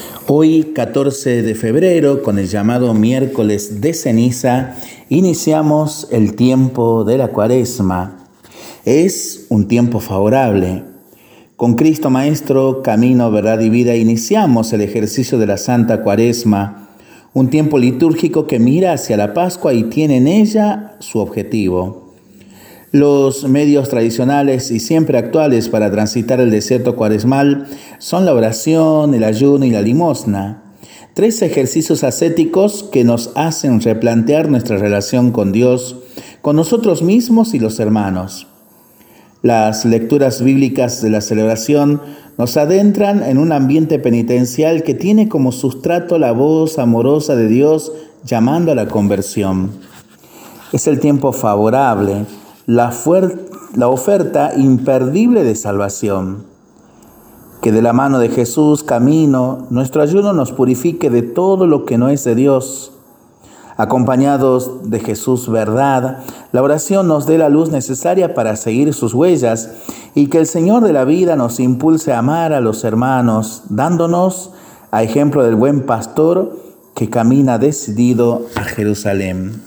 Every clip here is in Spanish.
Hoy, 14 de febrero, con el llamado miércoles de ceniza, iniciamos el tiempo de la Cuaresma. Es un tiempo favorable. Con Cristo Maestro, camino, verdad y vida, iniciamos el ejercicio de la Santa Cuaresma, un tiempo litúrgico que mira hacia la Pascua y tiene en ella su objetivo. Los medios tradicionales y siempre actuales para transitar el desierto cuaresmal son la oración, el ayuno y la limosna. 3 ejercicios ascéticos que nos hacen replantear nuestra relación con Dios, con nosotros mismos y los hermanos. Las lecturas bíblicas de la celebración nos adentran en un ambiente penitencial que tiene como sustrato la voz amorosa de Dios llamando a la conversión. Es el tiempo favorable, la oferta imperdible de salvación. Que de la mano de Jesús, camino, nuestro ayuno nos purifique de todo lo que no es de Dios. Acompañados de Jesús, verdad, la oración nos dé la luz necesaria para seguir sus huellas y que el Señor de la vida nos impulse a amar a los hermanos, dándonos, a ejemplo del buen pastor que camina decidido a Jerusalén.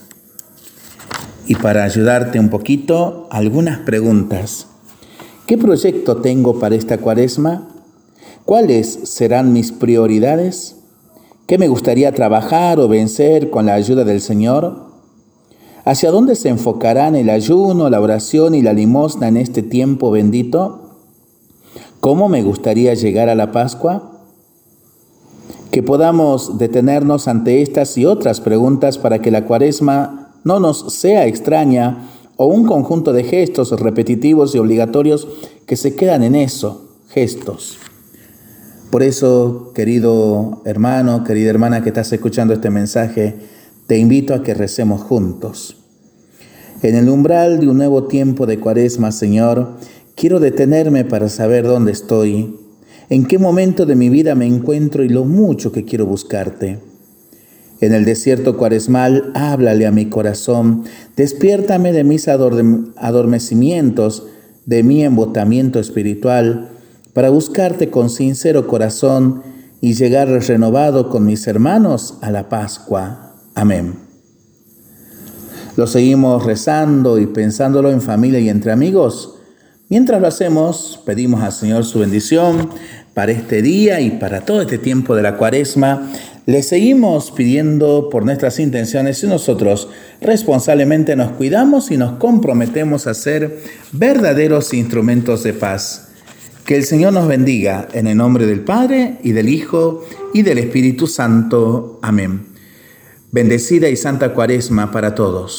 Y para ayudarte un poquito, algunas preguntas. ¿Qué proyecto tengo para esta Cuaresma? ¿Cuáles serán mis prioridades? ¿Qué me gustaría trabajar o vencer con la ayuda del Señor? ¿Hacia dónde se enfocarán el ayuno, la oración y la limosna en este tiempo bendito? ¿Cómo me gustaría llegar a la Pascua? Que podamos detenernos ante estas y otras preguntas para que la Cuaresma no nos sea extraña o un conjunto de gestos repetitivos y obligatorios que se quedan en eso, gestos. Por eso, querido hermano, querida hermana que estás escuchando este mensaje, te invito a que recemos juntos. En el umbral de un nuevo tiempo de Cuaresma, Señor, quiero detenerme para saber dónde estoy, en qué momento de mi vida me encuentro y lo mucho que quiero buscarte. En el desierto cuaresmal, háblale a mi corazón, despiértame de mis adormecimientos, de mi embotamiento espiritual, para buscarte con sincero corazón y llegar renovado con mis hermanos a la Pascua. Amén. Lo seguimos rezando y pensándolo en familia y entre amigos. Mientras lo hacemos, pedimos al Señor su bendición para este día y para todo este tiempo de la Cuaresma. Le seguimos pidiendo por nuestras intenciones y nosotros responsablemente nos cuidamos y nos comprometemos a ser verdaderos instrumentos de paz. Que el Señor nos bendiga en el nombre del Padre y del Hijo y del Espíritu Santo. Amén. Bendecida y santa Cuaresma para todos.